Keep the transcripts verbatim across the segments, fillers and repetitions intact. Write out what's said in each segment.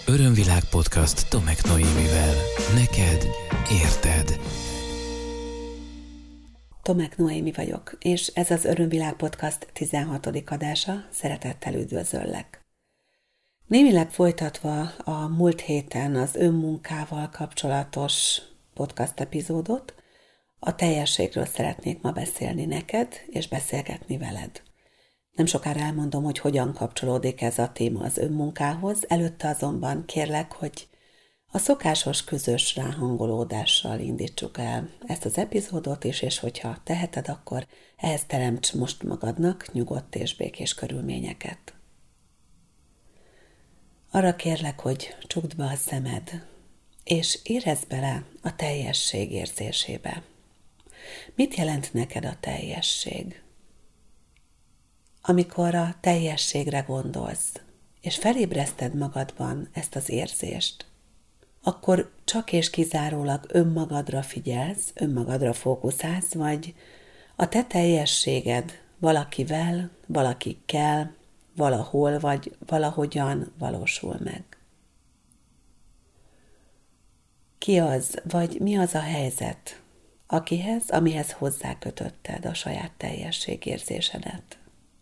Örömvilág podcast Tomek Noémivel. Neked érted. Tomek Noémi vagyok, és ez az Örömvilág podcast tizenhatodik adása, szeretettel üdvözöllek. Némileg folytatva a múlt héten az önmunkával kapcsolatos podcast epizódot, a teljességről szeretnék ma beszélni neked, és beszélgetni veled. Nem sokára elmondom, hogy hogyan kapcsolódik ez a téma az önmunkához, előtte azonban kérlek, hogy a szokásos közös ráhangolódással indítsuk el ezt az epizódot is, és hogyha teheted, akkor ehhez teremts most magadnak nyugodt és békés körülményeket. Arra kérlek, hogy csukd be a szemed, és érezd bele a teljesség érzésébe. Mit jelent neked a teljesség? Amikor a teljességre gondolsz, és felébreszted magadban ezt az érzést, akkor csak és kizárólag önmagadra figyelsz, önmagadra fókuszálsz, vagy a te teljességed valakivel, valakikkel, valahol vagy valahogyan valósul meg. Ki az, vagy mi az a helyzet, akihez, amihez hozzákötötted a saját teljességérzésedet?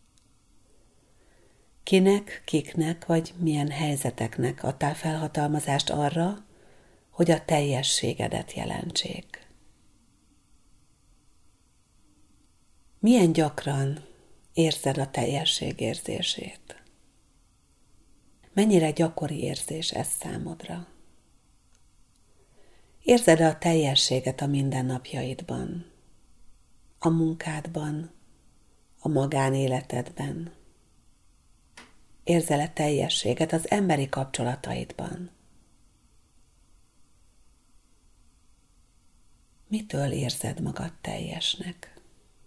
Kinek, kiknek, vagy milyen helyzeteknek adtál felhatalmazást arra, hogy a teljességedet jelentsék? Milyen gyakran érzed a teljesség érzését? Mennyire gyakori érzés ez számodra? Érzed a teljességet a mindennapjaidban, a munkádban, a magánéletedben? Érzel-e teljességet az emberi kapcsolataidban? Mitől érzed magad teljesnek?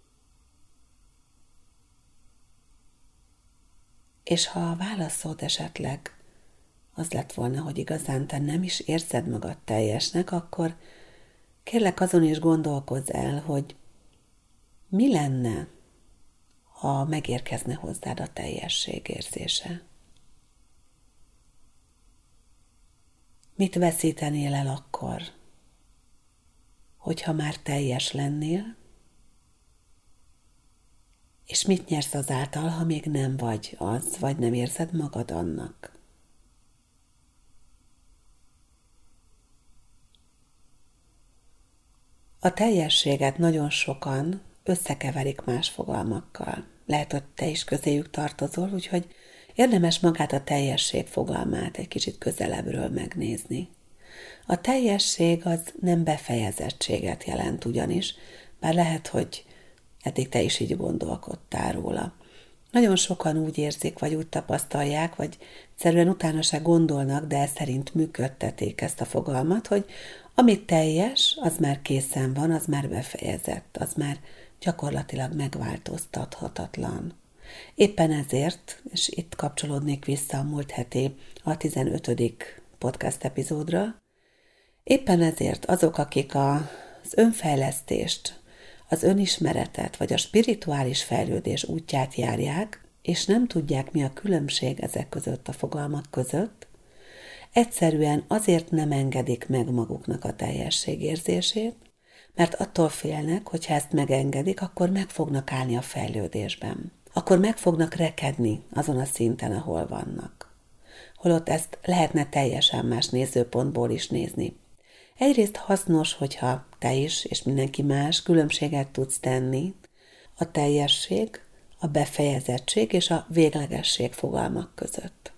És ha a válaszod esetleg az lett volna, hogy igazán te nem is érzed magad teljesnek, akkor kérlek azon is gondolkozz el, hogy mi lenne, ha megérkezne hozzád a teljesség érzése. Mit veszítenél el akkor, hogyha már teljes lennél, és mit nyersz azáltal, ha még nem vagy az, vagy nem érzed magad annak? A teljességet nagyon sokan összekeverik más fogalmakkal. Lehet, hogy te is közéjük tartozol, úgyhogy érdemes magát a teljesség fogalmát egy kicsit közelebbről megnézni. A teljesség az nem befejezettséget jelent ugyanis, bár lehet, hogy eddig te is így gondolkodtál róla. Nagyon sokan úgy érzik, vagy úgy tapasztalják, vagy egyszerűen utána se gondolnak, de ez szerint működtetik ezt a fogalmat, hogy ami teljes, az már készen van, az már befejezett, az már gyakorlatilag megváltoztathatatlan. Éppen ezért, és itt kapcsolódnék vissza a múlt heti, a tizenötödik podcast epizódra, éppen ezért azok, akik az önfejlesztést, az önismeretet vagy a spirituális fejlődés útját járják, és nem tudják, mi a különbség ezek között a fogalmak között, egyszerűen azért nem engedik meg maguknak a teljességérzését, mert attól félnek, hogy ha ezt megengedik, akkor meg fognak állni a fejlődésben. Akkor meg fognak rekedni azon a szinten, ahol vannak. Holott ezt lehetne teljesen más nézőpontból is nézni. Egyrészt hasznos, hogyha te is és mindenki más különbséget tudsz tenni a teljesség, a befejezettség és a véglegesség fogalmak között.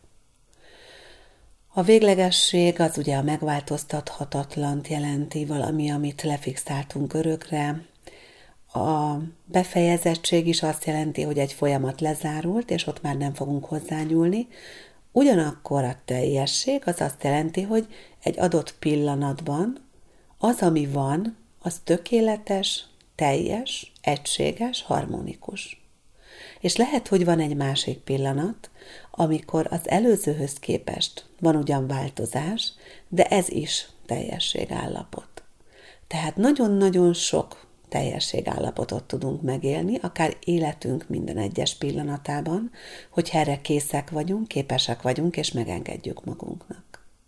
A véglegesség az ugye a megváltoztathatatlant jelenti, valami, amit lefixáltunk örökre. A befejezettség is azt jelenti, hogy egy folyamat lezárult, és ott már nem fogunk hozzányúlni. Ugyanakkor a teljesség az azt jelenti, hogy egy adott pillanatban az, ami van, az tökéletes, teljes, egységes, harmonikus. És lehet, hogy van egy másik pillanat, amikor az előzőhöz képest van ugyan változás, de ez is teljességállapot. Tehát nagyon-nagyon sok teljességállapotot tudunk megélni, akár életünk minden egyes pillanatában, hogyha erre készek vagyunk, képesek vagyunk, és megengedjük magunknak.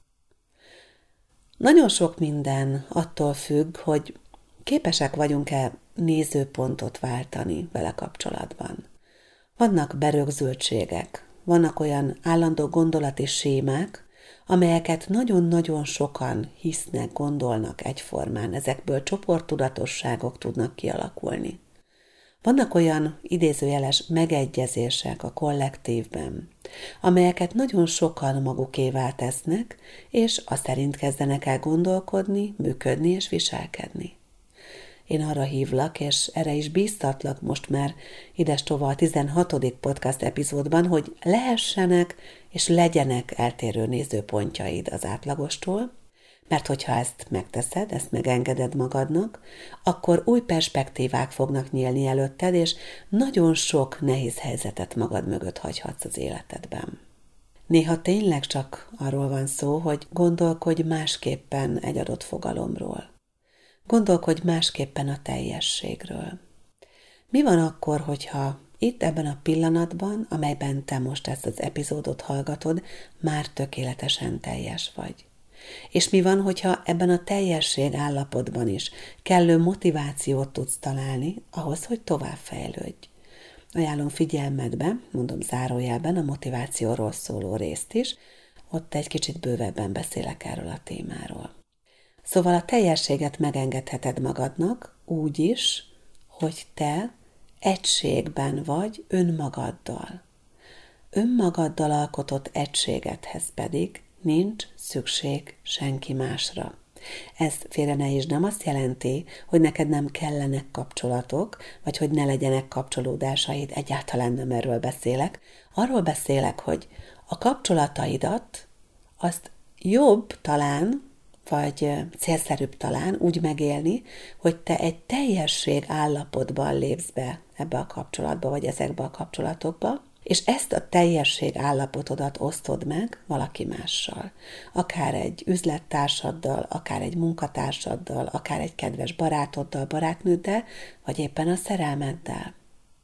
Nagyon sok minden attól függ, hogy képesek vagyunk-e nézőpontot váltani vele kapcsolatban. Vannak berögzültségek, vannak olyan állandó gondolati sémák, amelyeket nagyon-nagyon sokan hisznek, gondolnak egyformán, ezekből csoporttudatosságok tudnak kialakulni. Vannak olyan idézőjeles megegyezések a kollektívben, amelyeket nagyon sokan magukévá tesznek, és azt szerint kezdenek el gondolkodni, működni és viselkedni. Én arra hívlak, és erre is bíztatlak most már idestova a tizenhatodik podcast epizódban, hogy lehessenek és legyenek eltérő nézőpontjaid az átlagostól, mert hogyha ezt megteszed, ezt megengeded magadnak, akkor új perspektívák fognak nyílni előtted, és nagyon sok nehéz helyzetet magad mögött hagyhatsz az életedben. Néha tényleg csak arról van szó, hogy gondolkodj másképpen egy adott fogalomról. Gondolkodj másképpen a teljességről. Mi van akkor, hogyha itt ebben a pillanatban, amelyben te most ezt az epizódot hallgatod, már tökéletesen teljes vagy? És mi van, hogyha ebben a teljesség állapotban is kellő motivációt tudsz találni ahhoz, hogy továbbfejlődj? Ajánlom figyelmedbe, mondom zárójelben, a motivációról szóló részt is, ott egy kicsit bővebben beszélek erről a témáról. Szóval a teljességet megengedheted magadnak úgy is, hogy te egységben vagy önmagaddal. Önmagaddal alkotott egységedhez pedig nincs szükség senki másra. Ez félre ne is nem azt jelenti, hogy neked nem kellenek kapcsolatok, vagy hogy ne legyenek kapcsolódásaid, egyáltalán nem erről beszélek. Arról beszélek, hogy a kapcsolataidat azt jobb talán, vagy célszerűbb talán úgy megélni, hogy te egy teljesség állapotban lépsz be ebbe a kapcsolatba, vagy ezekbe a kapcsolatokba, és ezt a teljesség állapotodat osztod meg valaki mással. Akár egy üzlettársaddal, akár egy munkatársaddal, akár egy kedves barátoddal, barátnőddel, vagy éppen a szerelmeddel.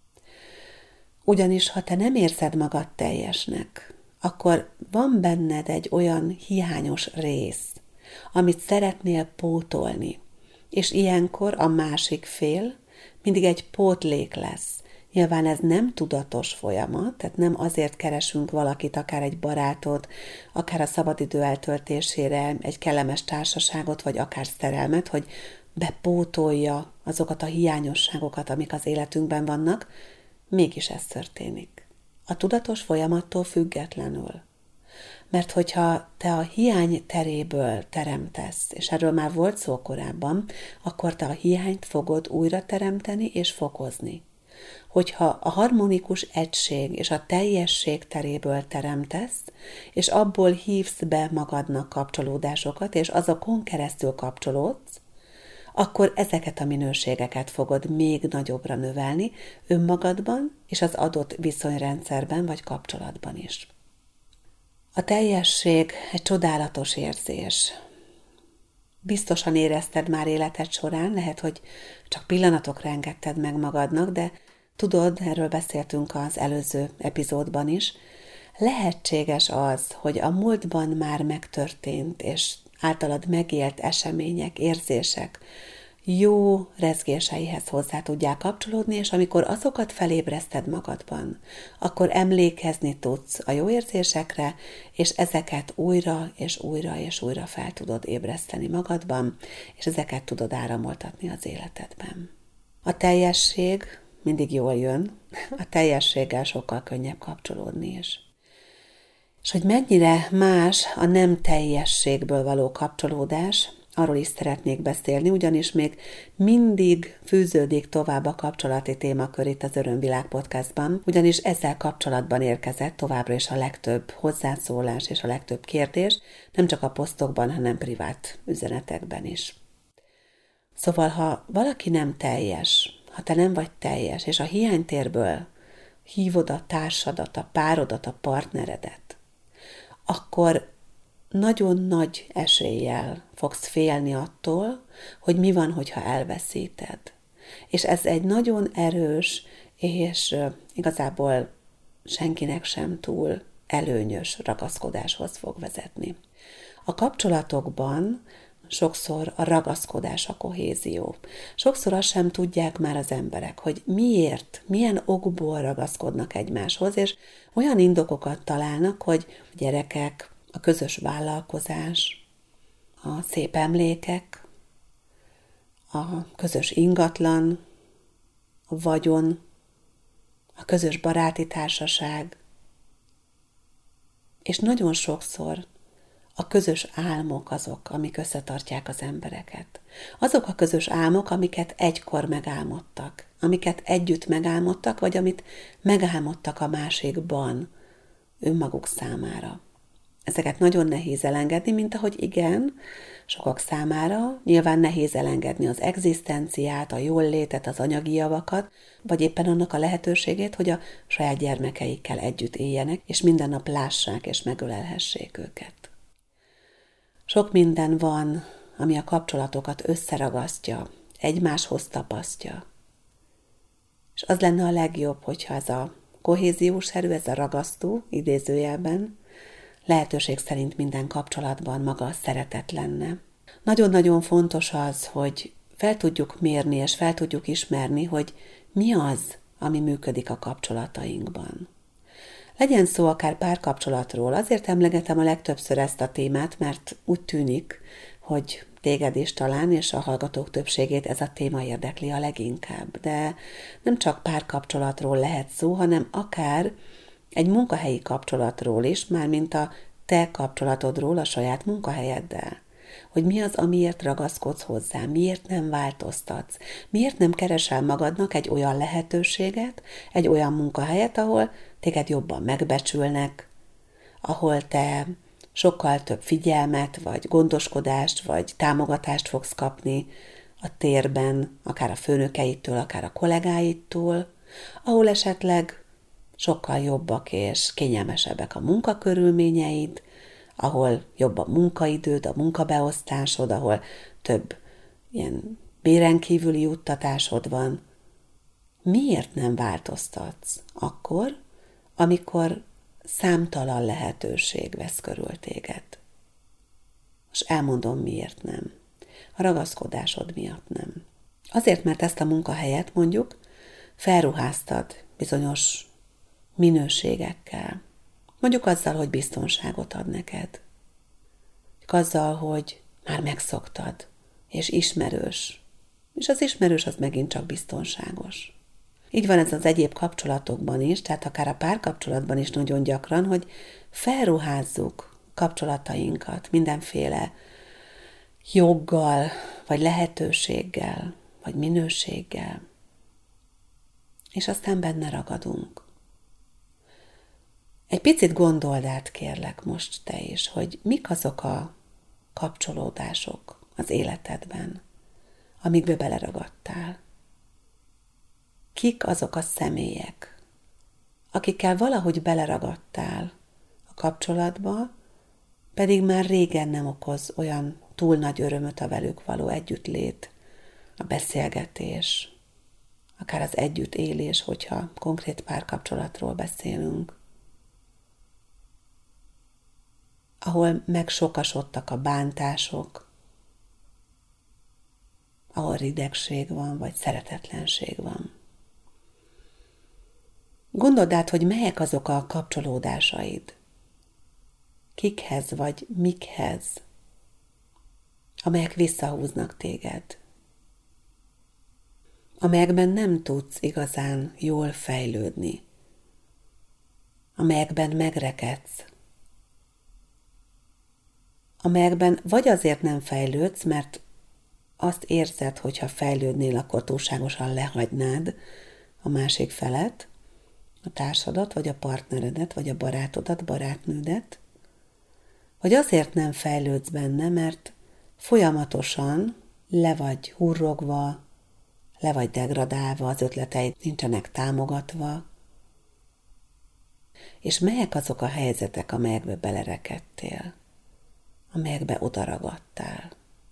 Ugyanis, ha te nem érzed magad teljesnek, akkor van benned egy olyan hiányos rész, amit szeretnél pótolni, és ilyenkor a másik fél mindig egy pótlék lesz. Nyilván ez nem tudatos folyamat, tehát nem azért keresünk valakit, akár egy barátot, akár a szabadidő eltöltésére egy kellemes társaságot, vagy akár szerelmet, hogy bepótolja azokat a hiányosságokat, amik az életünkben vannak, mégis ez történik. A tudatos folyamattól függetlenül. Mert hogyha te a hiány teréből teremtesz, és erről már volt szó korábban, akkor te a hiányt fogod újra teremteni és fokozni. Hogyha a harmonikus egység és a teljesség teréből teremtesz, és abból hívsz be magadnak kapcsolódásokat, és azokon keresztül kapcsolódsz, akkor ezeket a minőségeket fogod még nagyobbra növelni önmagadban és az adott viszonyrendszerben vagy kapcsolatban is. A teljesség egy csodálatos érzés. Biztosan érezted már életed során, lehet, hogy csak pillanatokra engedted meg magadnak, de tudod, erről beszéltünk az előző epizódban is, lehetséges az, hogy a múltban már megtörtént és általad megélt események, érzések jó rezgéseihez hozzá tudják kapcsolódni, és amikor azokat felébreszted magadban, akkor emlékezni tudsz a jó érzésekre, és ezeket újra és újra és újra fel tudod ébreszteni magadban, és ezeket tudod áramoltatni az életedben. A teljesség mindig jól jön, a teljességgel sokkal könnyebb kapcsolódni is. És hogy mennyire más a nem teljességből való kapcsolódás, arról is szeretnék beszélni, ugyanis még mindig fűződik tovább a kapcsolati témakör itt az Örömvilág podcastban, ugyanis ezzel kapcsolatban érkezett továbbra is a legtöbb hozzászólás és a legtöbb kérdés, nem csak a posztokban, hanem privát üzenetekben is. Szóval, ha valaki nem teljes, ha te nem vagy teljes, és a hiánytérből hívod a társadat, a párodat, a partneredet, akkor nagyon nagy eséllyel fogsz félni attól, hogy mi van, hogyha elveszíted. És ez egy nagyon erős, és igazából senkinek sem túl előnyös ragaszkodáshoz fog vezetni. A kapcsolatokban sokszor a ragaszkodás a kohézió. Sokszor azt sem tudják már az emberek, hogy miért, milyen okból ragaszkodnak egymáshoz, és olyan indokokat találnak, hogy a gyerekek, a közös vállalkozás, a szép emlékek, a közös ingatlan, a vagyon, a közös baráti társaság, és nagyon sokszor a közös álmok azok, amik összetartják az embereket. Azok a közös álmok, amiket egykor megálmodtak, amiket együtt megálmodtak, vagy amit megálmodtak a másikban önmaguk számára. Ezeket nagyon nehéz elengedni, mint ahogy igen, sokak számára nyilván nehéz elengedni az egzisztenciát, a jóllétet, az anyagi javakat, vagy éppen annak a lehetőségét, hogy a saját gyermekeikkel együtt éljenek, és minden nap lássák és megölelhessék őket. Sok minden van, ami a kapcsolatokat összeragasztja, egymáshoz tapasztja. És az lenne a legjobb, hogyha ez a kohéziós erő, ez a ragasztó, idézőjelben, lehetőség szerint minden kapcsolatban maga a szeretet lenne. Nagyon-nagyon fontos az, hogy fel tudjuk mérni és fel tudjuk ismerni, hogy mi az, ami működik a kapcsolatainkban. Legyen szó akár párkapcsolatról, azért emlegetem a legtöbbször ezt a témát, mert úgy tűnik, hogy téged is talán, és a hallgatók többségét ez a téma érdekli a leginkább. De nem csak párkapcsolatról lehet szó, hanem akár egy munkahelyi kapcsolatról is, mármint a te kapcsolatodról a saját munkahelyeddel. Hogy mi az, amiért ragaszkodsz hozzá, miért nem változtatsz, miért nem keresel magadnak egy olyan lehetőséget, egy olyan munkahelyet, ahol téged jobban megbecsülnek, ahol te sokkal több figyelmet, vagy gondoskodást, vagy támogatást fogsz kapni a térben, akár a főnökeitől, akár a kollégáittól, ahol esetleg sokkal jobbak és kényelmesebbek a munkakörülményeid, ahol jobb a munkaidőd, a munkabeosztásod, ahol több ilyen béren kívüli juttatásod van. Miért nem változtatsz akkor, amikor számtalan lehetőség vesz körül téged? Most elmondom, miért nem. A ragaszkodásod miatt nem. Azért, mert ezt a munkahelyet mondjuk felruháztad bizonyos minőségekkel. Mondjuk azzal, hogy biztonságot ad neked. Azzal, hogy már megszoktad, és ismerős. És az ismerős az megint csak biztonságos. Így van ez az egyéb kapcsolatokban is, tehát akár a párkapcsolatban is nagyon gyakran, hogy felruházzuk kapcsolatainkat mindenféle joggal, vagy lehetőséggel, vagy minőséggel. És aztán benne ragadunk. Egy picit gondold át, kérlek most te is, hogy mik azok a kapcsolódások az életedben, amikbe beleragadtál. Kik azok a személyek, akikkel valahogy beleragadtál a kapcsolatba, pedig már régen nem okoz olyan túl nagy örömöt a velük való együttlét, a beszélgetés, akár az együttélés, hogyha konkrét párkapcsolatról beszélünk, ahol megsokasodtak a bántások, ahol ridegség van, vagy szeretetlenség van. Gondold át, hogy melyek azok a kapcsolódásaid, kikhez vagy mikhez, amelyek visszahúznak téged, amelyekben nem tudsz igazán jól fejlődni, amelyekben megrekedsz, amelyekben vagy azért nem fejlődsz, mert azt érzed, hogy ha fejlődnél, akkor túlságosan lehagynád a másik felet, a társadat, vagy a partneredet, vagy a barátodat, barátnődet, vagy azért nem fejlődsz benne, mert folyamatosan le vagy hurrogva, le vagy degradálva, az ötleteid nincsenek támogatva, és melyek azok a helyzetek, amelyekbe belerekedtél, amelyekbe odaragadtál.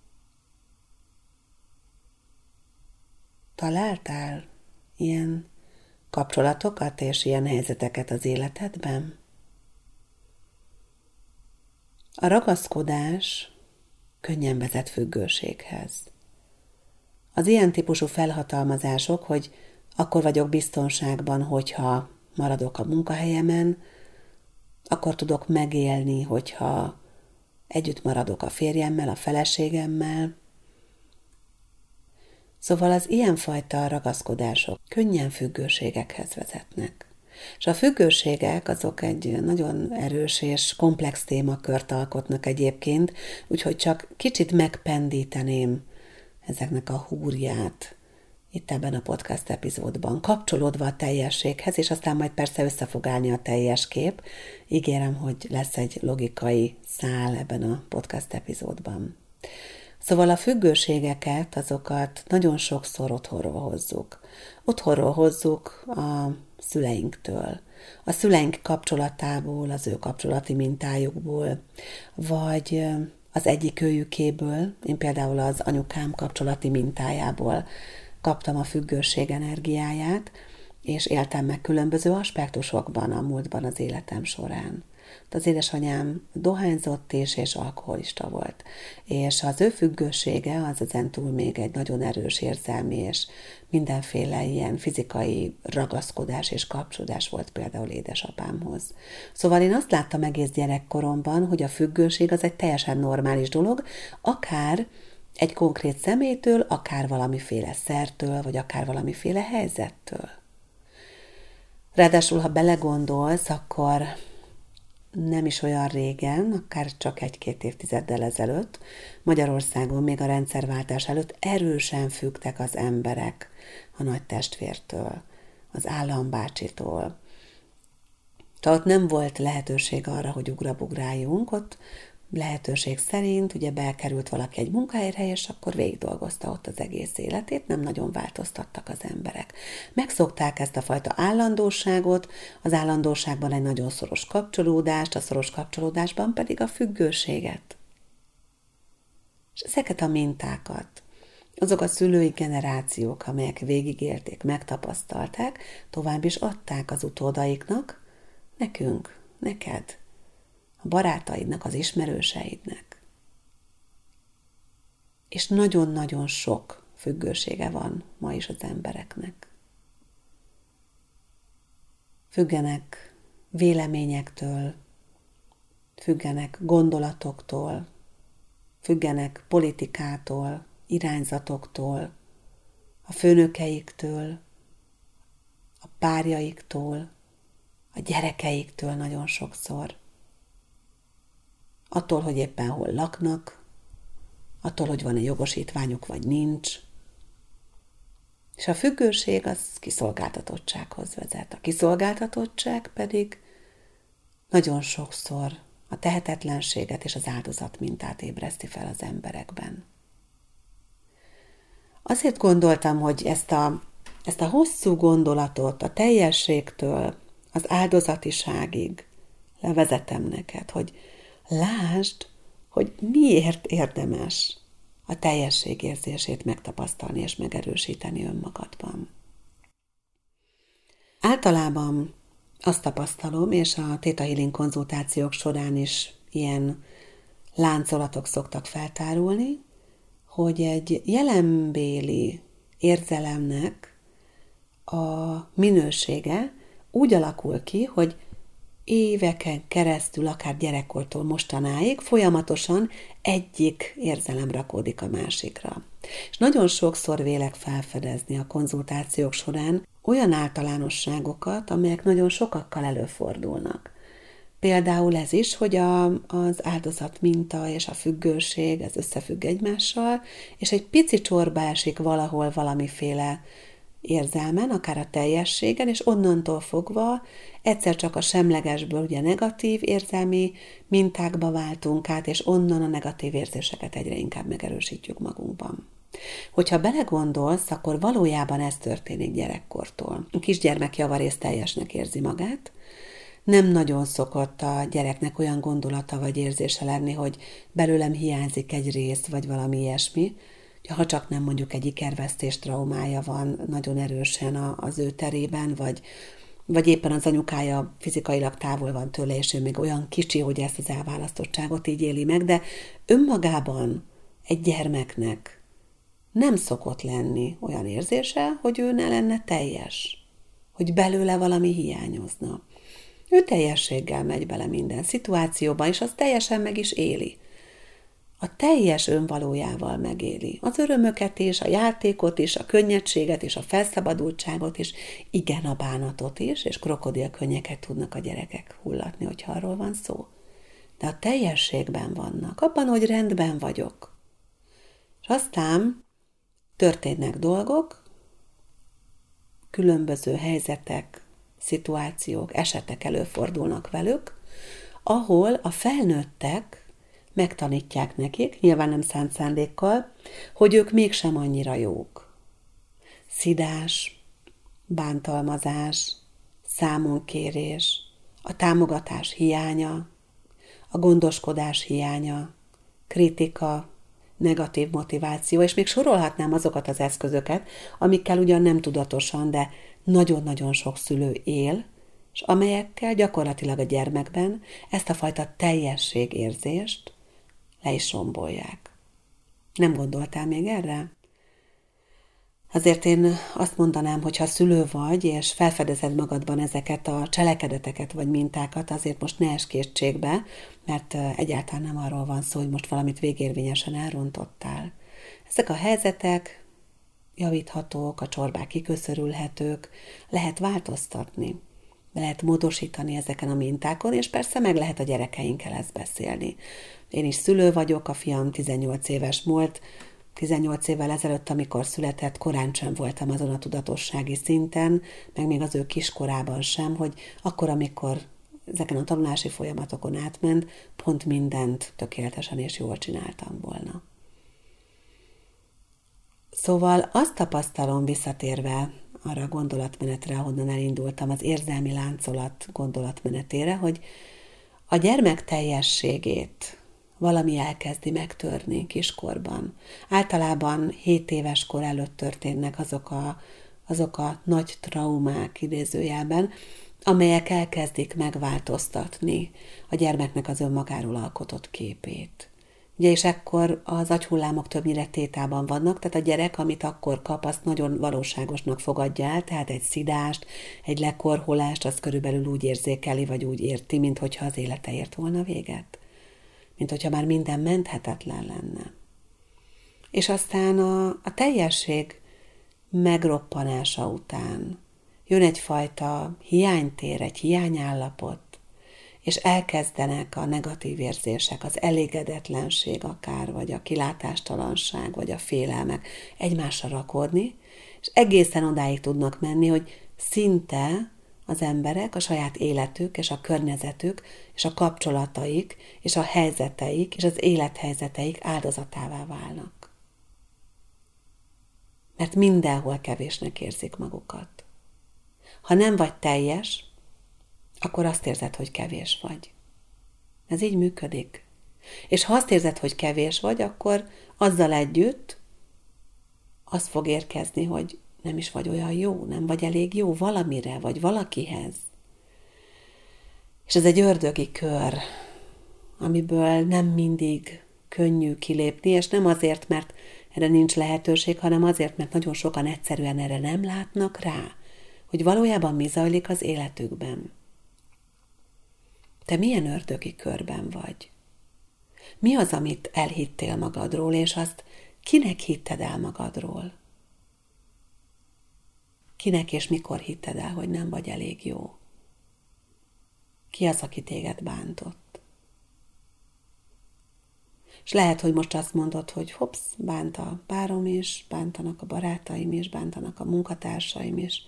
Találtál ilyen kapcsolatokat és ilyen helyzeteket az életedben? A ragaszkodás könnyen vezet függőséghez. Az ilyen típusú felhatalmazások, hogy akkor vagyok biztonságban, hogyha maradok a munkahelyemen, akkor tudok megélni, hogyha együtt maradok a férjemmel, a feleségemmel. Szóval az ilyenfajta ragaszkodások könnyen függőségekhez vezetnek. És a függőségek azok egy nagyon erős és komplex témakört alkotnak egyébként, úgyhogy csak kicsit megpendíteném ezeknek a húrját itt ebben a podcast epizódban, kapcsolódva a teljességhez, és aztán majd persze össze fog állni a teljes kép. Ígérem, hogy lesz egy logikai szál ebben a podcast epizódban. Szóval a függőségeket, azokat nagyon sokszor otthonról hozzuk. Otthonról hozzuk a szüleinktől, a szüleink kapcsolatából, az ő kapcsolati mintájukból, vagy az egyik őjükéből, én például az anyukám kapcsolati mintájából kaptam a függőség energiáját, és éltem meg különböző aspektusokban a múltban az életem során. Az édesanyám dohányzott is, és alkoholista volt. És az ő függősége az ezen túl még egy nagyon erős érzelmi és mindenféle ilyen fizikai ragaszkodás és kapcsolódás volt például édesapámhoz. Szóval én azt láttam egész gyerekkoromban, hogy a függőség az egy teljesen normális dolog, akár egy konkrét személytől, akár valamiféle szertől, vagy akár valamiféle helyzettől. Ráadásul, ha belegondolsz, akkor nem is olyan régen, akár csak egy-két évtizeddel ezelőtt, Magyarországon még a rendszerváltás előtt erősen függtek az emberek a nagy testvértől, az állambácsitól. Tehát ott nem volt lehetőség arra, hogy ugrabugráljunk, ott lehetőség szerint ugye bekerült valaki egy munkahelyre, és akkor végig dolgozta ott az egész életét, nem nagyon változtattak az emberek. Megszokták ezt a fajta állandóságot, az állandóságban egy nagyon szoros kapcsolódást, a szoros kapcsolódásban pedig a függőséget. És ezeket a mintákat, azok a szülői generációk, amelyek végigélték, megtapasztalták, tovább is adták az utódaiknak, nekünk, neked, a barátaidnak, az ismerőseidnek. És nagyon-nagyon sok függősége van ma is az embereknek. Függenek véleményektől, függenek gondolatoktól, függenek politikától, irányzatoktól, a főnökeiktől, a párjaiktól, a gyerekeiktől nagyon sokszor. Attól, hogy éppen hol laknak, attól, hogy van-e jogosítványuk, vagy nincs. És a függőség az kiszolgáltatottsághoz vezet. A kiszolgáltatottság pedig nagyon sokszor a tehetetlenséget és az áldozatmintát ébreszti fel az emberekben. Azért gondoltam, hogy ezt a, ezt a hosszú gondolatot a teljességtől az áldozatiságig levezetem neked, hogy lásd, hogy miért érdemes a teljesség érzését megtapasztalni és megerősíteni önmagadban. Általában azt tapasztalom, és a Theta Healing konzultációk során is ilyen láncolatok szoktak feltárulni, hogy egy jelenbéli érzelemnek a minősége úgy alakul ki, hogy éveken keresztül, akár gyerekkortól mostanáig folyamatosan egyik érzelem rakódik a másikra. És nagyon sokszor vélek felfedezni a konzultációk során olyan általánosságokat, amelyek nagyon sokakkal előfordulnak. Például ez is, hogy a, az áldozat minta és a függőség, ez összefügg egymással, és egy pici csorba esik valahol valamiféle érzelmen, akár a teljességen, és onnantól fogva egyszer csak a semlegesből ugye negatív érzelmi mintákba váltunk át, és onnan a negatív érzéseket egyre inkább megerősítjük magunkban. Hogyha belegondolsz, akkor valójában ez történik gyerekkortól. A kisgyermek javarészt teljesnek érzi magát, nem nagyon szokott a gyereknek olyan gondolata vagy érzése lenni, hogy belőlem hiányzik egy rész, vagy valami ilyesmi, ha csak nem mondjuk egy ikervesztés traumája van nagyon erősen az ő terében, vagy, vagy éppen az anyukája fizikailag távol van tőle, és ő még olyan kicsi, hogy ezt az elválasztottságot így éli meg, de önmagában egy gyermeknek nem szokott lenni olyan érzése, hogy ő ne lenne teljes, hogy belőle valami hiányozna. Ő teljességgel megy bele minden szituációba, és az teljesen meg is éli. A teljes önvalójával megéli. Az örömöket is, a játékot is, a könnyedséget is, a felszabadultságot is, igen, a bánatot is, és krokodilkönnyeket tudnak a gyerekek hullatni, hogyha arról van szó. De a teljességben vannak, abban, hogy rendben vagyok. És aztán történnek dolgok, különböző helyzetek, szituációk, esetek előfordulnak velük, ahol a felnőttek megtanítják nekik, nyilván nem szánt szándékkal, hogy ők mégsem annyira jók. Szidás, bántalmazás, számonkérés, a támogatás hiánya, a gondoskodás hiánya, kritika, negatív motiváció, és még sorolhatnám azokat az eszközöket, amikkel ugyan nem tudatosan, de nagyon-nagyon sok szülő él, és amelyekkel gyakorlatilag a gyermekben ezt a fajta teljességérzést le is rombolják. Nem gondoltál még erre? Azért én azt mondanám, hogy ha szülő vagy, és felfedezed magadban ezeket a cselekedeteket vagy mintákat, azért most ne esd kétségbe, mert egyáltalán nem arról van szó, hogy most valamit végérvényesen elrontottál. Ezek a helyzetek javíthatók, a csorbák kiköszörülhetők, lehet változtatni, lehet módosítani ezeken a mintákon, és persze meg lehet a gyerekeinkkel ezt beszélni. Én is szülő vagyok, a fiam tizennyolc éves volt, tizennyolc évvel ezelőtt, amikor született, korán sem voltam azon a tudatossági szinten, meg még az ő kiskorában sem, hogy akkor, amikor ezeken a tanulási folyamatokon átment, pont mindent tökéletesen és jól csináltam volna. Szóval azt tapasztalom visszatérve arra a gondolatmenetre, ahonnan elindultam, az érzelmi láncolat gondolatmenetére, hogy a gyermek teljességét valami elkezdi megtörni kiskorban. Általában hét éves kor előtt történnek azok a, azok a nagy traumák idézőjelben, amelyek elkezdik megváltoztatni a gyermeknek az önmagáról alkotott képét. Ugye, és ekkor az agyhullámok többnyire tétában vannak, tehát a gyerek, amit akkor kap, azt nagyon valóságosnak fogadja el, tehát egy szidást, egy lekorholást, azt körülbelül úgy érzékeli, vagy úgy érti, minthogyha az élete ért volna véget. Mint hogyha már minden menthetetlen lenne. És aztán a, a teljesség megroppanása után jön egyfajta hiánytér, egy hiányállapot, és elkezdenek a negatív érzések, az elégedetlenség akár, vagy a kilátástalanság, vagy a félelmek egymásra rakódni, és egészen odáig tudnak menni, hogy szinte az emberek a saját életük, és a környezetük, és a kapcsolataik, és a helyzeteik, és az élethelyzeteik áldozatává válnak. Mert mindenhol kevésnek érzik magukat. Ha nem vagy teljes, akkor azt érzed, hogy kevés vagy. Ez így működik. És ha azt érzed, hogy kevés vagy, akkor azzal együtt az fog érkezni, hogy nem is vagy olyan jó, nem vagy elég jó valamire, vagy valakihez. És ez egy ördögi kör, amiből nem mindig könnyű kilépni, és nem azért, mert erre nincs lehetőség, hanem azért, mert nagyon sokan egyszerűen erre nem látnak rá, hogy valójában mi zajlik az életükben. Te milyen ördögi körben vagy? Mi az, amit elhittél magadról, és azt kinek hitted el magadról? Kinek és mikor hitted el, hogy nem vagy elég jó? Ki az, aki téged bántott? És lehet, hogy most azt mondod, hogy hopsz, bánt a párom is, bántanak a barátaim is, bántanak a munkatársaim is,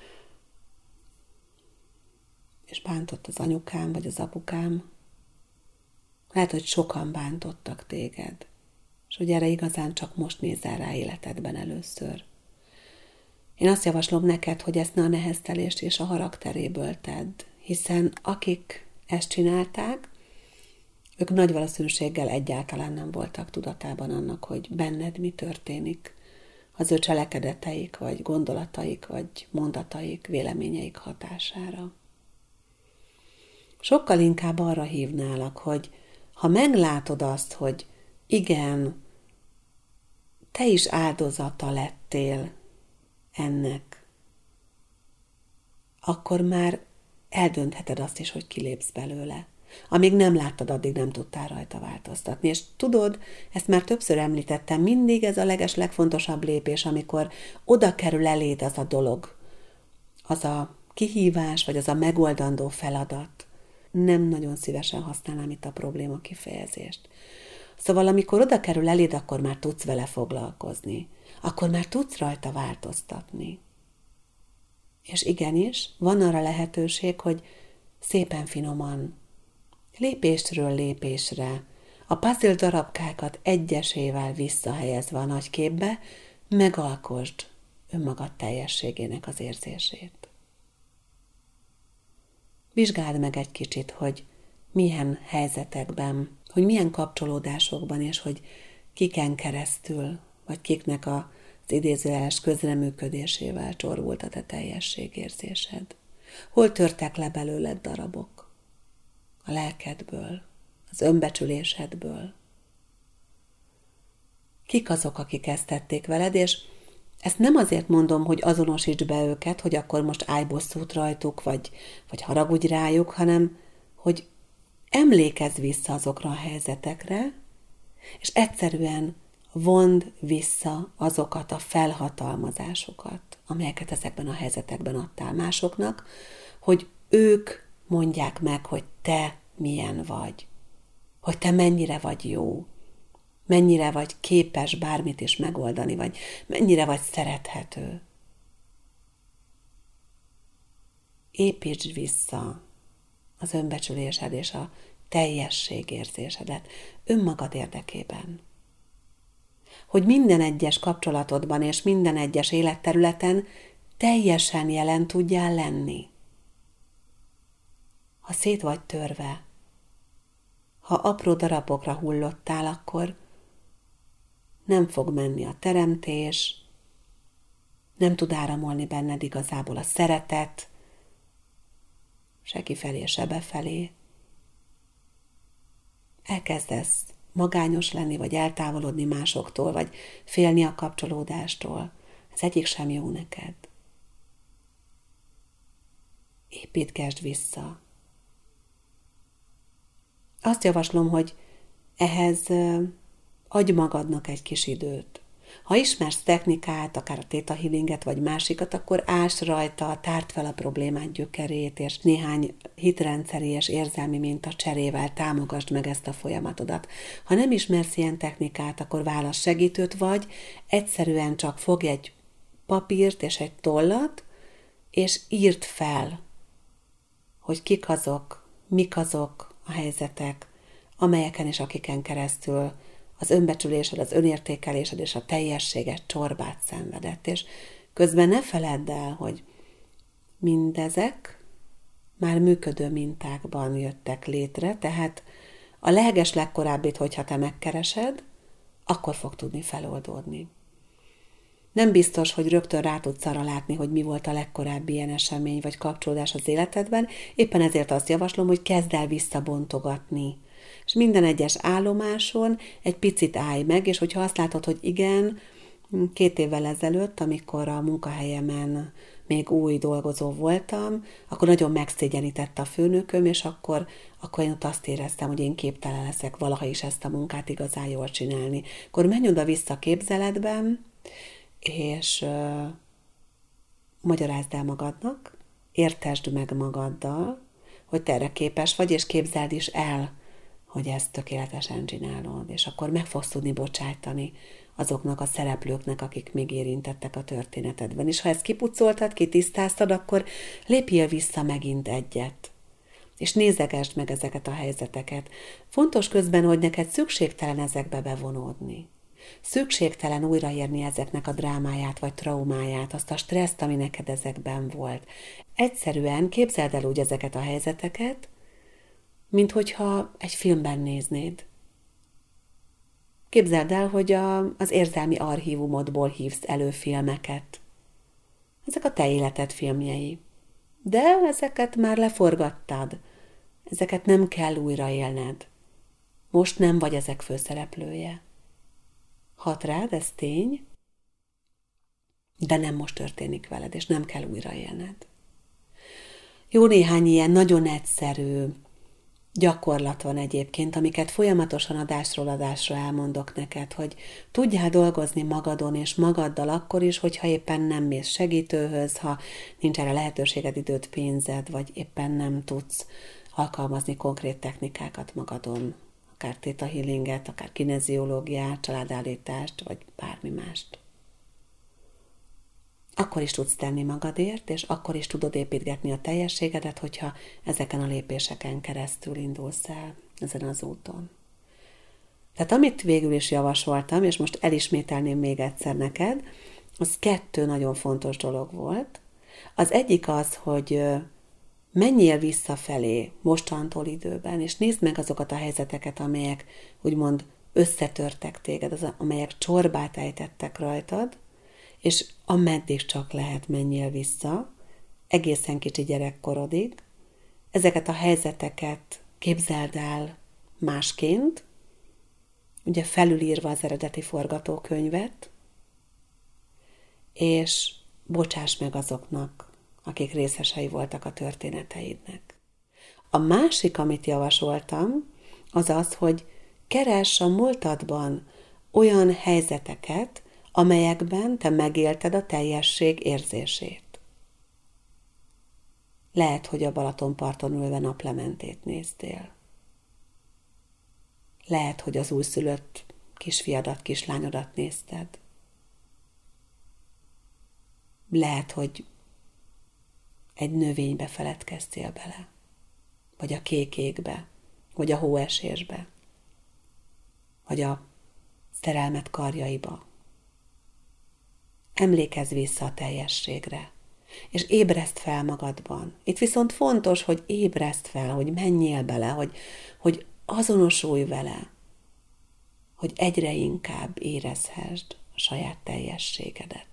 és bántott az anyukám vagy az apukám. Lehet, hogy sokan bántottak téged, és hogy erre igazán csak most nézel rá életedben először. Én azt javaslom neked, hogy ezt ne a neheztelést és a harag teréből tedd, hiszen akik ezt csinálták, ők nagy valószínűséggel egyáltalán nem voltak tudatában annak, hogy benned mi történik, az ő cselekedeteik, vagy gondolataik, vagy mondataik, véleményeik hatására. Sokkal inkább arra hívnálak, hogy ha meglátod azt, hogy igen, te is áldozata lettél ennek, akkor már eldöntheted azt is, hogy kilépsz belőle. Amíg nem láttad, addig nem tudtál rajta változtatni. És tudod, ezt már többször említettem, mindig ez a leges legfontosabb lépés, amikor oda kerül eléd az a dolog, az a kihívás, vagy az a megoldandó feladat. Nem nagyon szívesen használnám itt a probléma kifejezést. Szóval amikor oda kerül eléd, akkor már tudsz vele foglalkozni. Akkor már tudsz rajta változtatni. És igenis, van arra lehetőség, hogy szépen finoman, lépésről lépésre, a puzzle darabkákat egyesével visszahelyezve a nagy képbe, megalkosd önmagad teljességének az érzését. Vizsgáld meg egy kicsit, hogy milyen helyzetekben, hogy milyen kapcsolódásokban, és hogy kiken keresztül, vagy kiknek az idézőjeles közreműködésével csorbult a te teljességérzésed. Hol törtek le belőled darabok? A lelkedből, az önbecsülésedből. Kik azok, akik ezt tették veled, és ezt nem azért mondom, hogy azonosíts be őket, hogy akkor most állj bosszút rajtuk, vagy, vagy haragudj rájuk, hanem hogy emlékezz vissza azokra a helyzetekre, és egyszerűen vond vissza azokat a felhatalmazásokat, amelyeket ezekben a helyzetekben adtál másoknak, hogy ők mondják meg, hogy te milyen vagy, hogy te mennyire vagy jó, mennyire vagy képes bármit is megoldani, vagy mennyire vagy szerethető. Építsd vissza az önbecsülésed és a teljességérzésedet önmagad érdekében. Hogy minden egyes kapcsolatodban és minden egyes életterületen teljesen jelen tudjál lenni. Ha szét vagy törve, ha apró darabokra hullottál, akkor nem fog menni a teremtés, nem tud áramolni benned igazából a szeretet, se kifelé, se befelé. Elkezdesz magányos lenni, vagy eltávolodni másoktól, vagy félni a kapcsolódástól. Ez egyik sem jó neked. Építgesd vissza. Azt javaslom, hogy ehhez adj magadnak egy kis időt. Ha ismersz technikát, akár a Theta Healinget vagy másikat, akkor ás rajta, tárd fel a problémát gyökerét, és néhány hitrendszeri és érzelmi minta cserével támogasd meg ezt a folyamatodat. Ha nem ismersz ilyen technikát, akkor válasz segítőt, vagy egyszerűen csak fogj egy papírt és egy tollat, és írd fel, hogy kik azok, mik azok a helyzetek, amelyeken és akiken keresztül az önbecsülésed, az önértékelésed és a teljességed csorbát szenvedett. És közben ne feledd el, hogy mindezek már működő mintákban jöttek létre, tehát a leges legkorábbit, hogyha te megkeresed, akkor fog tudni feloldódni. Nem biztos, hogy rögtön rá tudsz arra látni, hogy mi volt a legkorábbi ilyen esemény vagy kapcsolódás az életedben, éppen ezért azt javaslom, hogy kezd el visszabontogatni. És minden egyes állomáson egy picit állj meg, és hogyha azt látod, hogy igen, két évvel ezelőtt, amikor a munkahelyemen még új dolgozó voltam, akkor nagyon megszégyenített a főnököm, és akkor, akkor én ott azt éreztem, hogy én képtelen leszek valaha is ezt a munkát igazán jól csinálni. Akkor menj oda-vissza a képzeletben, és uh, magyarázd el magadnak, értesd meg magaddal, hogy te erre képes vagy, és képzeld is el, hogy ezt tökéletesen csinálod, és akkor meg fogsz tudni bocsájtani azoknak a szereplőknek, akik még érintettek a történetedben. És ha ezt kipucoltad, kitisztáztad, akkor lépjél vissza megint egyet, és nézegesd meg ezeket a helyzeteket. Fontos közben, hogy neked szükségtelen ezekbe bevonódni. Szükségtelen újraérni ezeknek a drámáját vagy traumáját, azt a stresszt, ami neked ezekben volt. Egyszerűen képzeld el úgy ezeket a helyzeteket, mint hogyha egy filmben néznéd. Képzeld el, hogy a, az érzelmi archívumodból hívsz elő filmeket. Ezek a te életed filmjei. De ezeket már leforgattad. Ezeket nem kell újraélned. Most nem vagy ezek főszereplője. hat rád, ez tény, de nem most történik veled, és nem kell újraélned. Jó néhány ilyen nagyon egyszerű gyakorlat van egyébként, amiket folyamatosan adásról adásra elmondok neked, hogy tudjál dolgozni magadon és magaddal akkor is, hogyha éppen nem mész segítőhöz, ha nincs erre lehetőséged, időt, pénzed, vagy éppen nem tudsz alkalmazni konkrét technikákat magadon, akár theta healinget, akár kineziológiát, családállítást, vagy bármi mást. Akkor is tudsz tenni magadért, és akkor is tudod építgetni a teljességedet, hogyha ezeken a lépéseken keresztül indulsz el ezen az úton. Tehát amit végül is javasoltam, és most elismételném még egyszer neked, az kettő nagyon fontos dolog volt. Az egyik az, hogy menjél visszafelé mostantól időben, és nézd meg azokat a helyzeteket, amelyek úgymond összetörtek téged, az, amelyek csorbát ejtettek rajtad, és ameddig csak lehet, menjél vissza, egészen kicsi gyerekkorodig. Ezeket a helyzeteket képzeld el másként, ugye felülírva az eredeti forgatókönyvet, és bocsáss meg azoknak, akik részesei voltak a történeteidnek. A másik, amit javasoltam, az az, hogy keress a múltadban olyan helyzeteket, amelyekben te megélted a teljesség érzését. Lehet, hogy a Balatonparton ülve naplementét néztél. Lehet, hogy az újszülött kisfiadat, kislányodat nézted. Lehet, hogy egy növénybe feledkeztél bele, vagy a kék égbe, vagy a hóesésbe, vagy a szerelmet karjaiba. Emlékezz vissza a teljességre, és ébreszt fel magadban. Itt viszont fontos, hogy ébreszt fel, hogy menjél bele, hogy, hogy azonosulj vele, hogy egyre inkább érezhessd a saját teljességedet.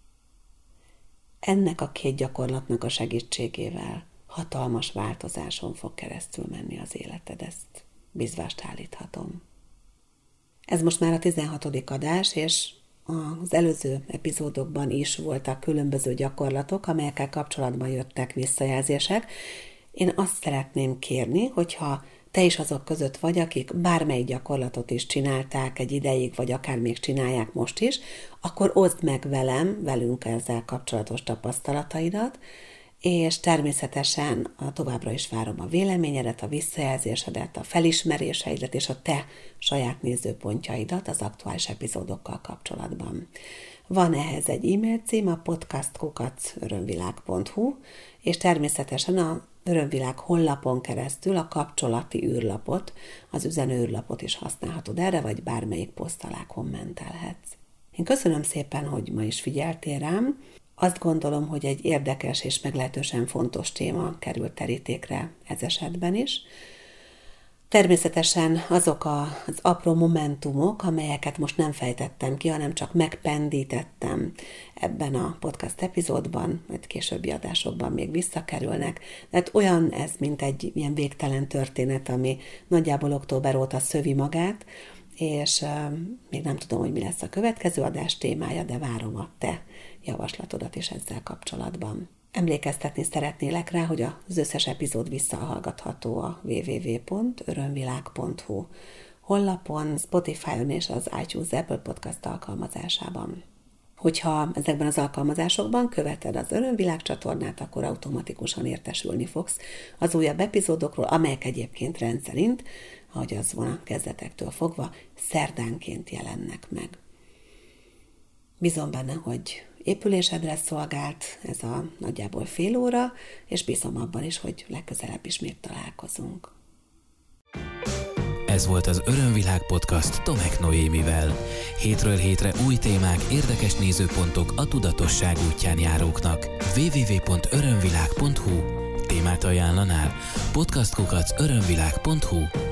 Ennek a két gyakorlatnak a segítségével hatalmas változáson fog keresztül menni az életed, ezt bizvást állíthatom. Ez most már a tizenhatodik adás, és az előző epizódokban is voltak különböző gyakorlatok, amelyekkel kapcsolatban jöttek visszajelzések. Én azt szeretném kérni, hogyha te is azok között vagy, akik bármelyik gyakorlatot is csinálták egy ideig, vagy akár még csinálják most is, akkor oszd meg velem, velünk ezzel kapcsolatos tapasztalataidat, és természetesen továbbra is várom a véleményedet, a visszajelzésedet, a felismeréseidet és a te saját nézőpontjaidat az aktuális epizódokkal kapcsolatban. Van ehhez egy e-mail cím, a podcast kukac örömvilág pont hu, és természetesen a Örömvilág honlapon keresztül a kapcsolati űrlapot, az üzenő űrlapot is használhatod erre, vagy bármelyik poszt alá kommentelhetsz. Én köszönöm szépen, hogy ma is figyeltél rám. Azt gondolom, hogy egy érdekes és meglehetősen fontos téma került terítékre ez esetben is. Természetesen azok az apró momentumok, amelyeket most nem fejtettem ki, hanem csak megpendítettem ebben a podcast epizódban, majd későbbi adásokban még visszakerülnek. Tehát olyan ez, mint egy ilyen végtelen történet, ami nagyjából október óta szövi magát, és uh, még nem tudom, hogy mi lesz a következő adás témája, de várom a te javaslatodat is ezzel kapcsolatban. Emlékeztetni szeretnélek rá, hogy az összes epizód visszahallgatható a double-u double-u double-u pont örömvilág pont hu honlapon, Spotify-on és az iTunes Apple Podcast alkalmazásában. Hogyha ezekben az alkalmazásokban követed az Örömvilág csatornát, akkor automatikusan értesülni fogsz az újabb epizódokról, amelyek egyébként rendszerint, ahogy az van a kezdetektől fogva, szerdánként jelennek meg. Bízom benne, hogy épülésedre szolgált ez a nagyjából fél óra, és bízom abban is, hogy legközelebb ismét találkozunk. Ez volt az Örömvilág Podcast Tomek Noémivel. Hétről hétre új témák, érdekes nézőpontok a tudatosság útján járóknak. double-u double-u double-u pont örömvilág pont hu Témát ajánlanál? podcast kukac örömvilág pont hu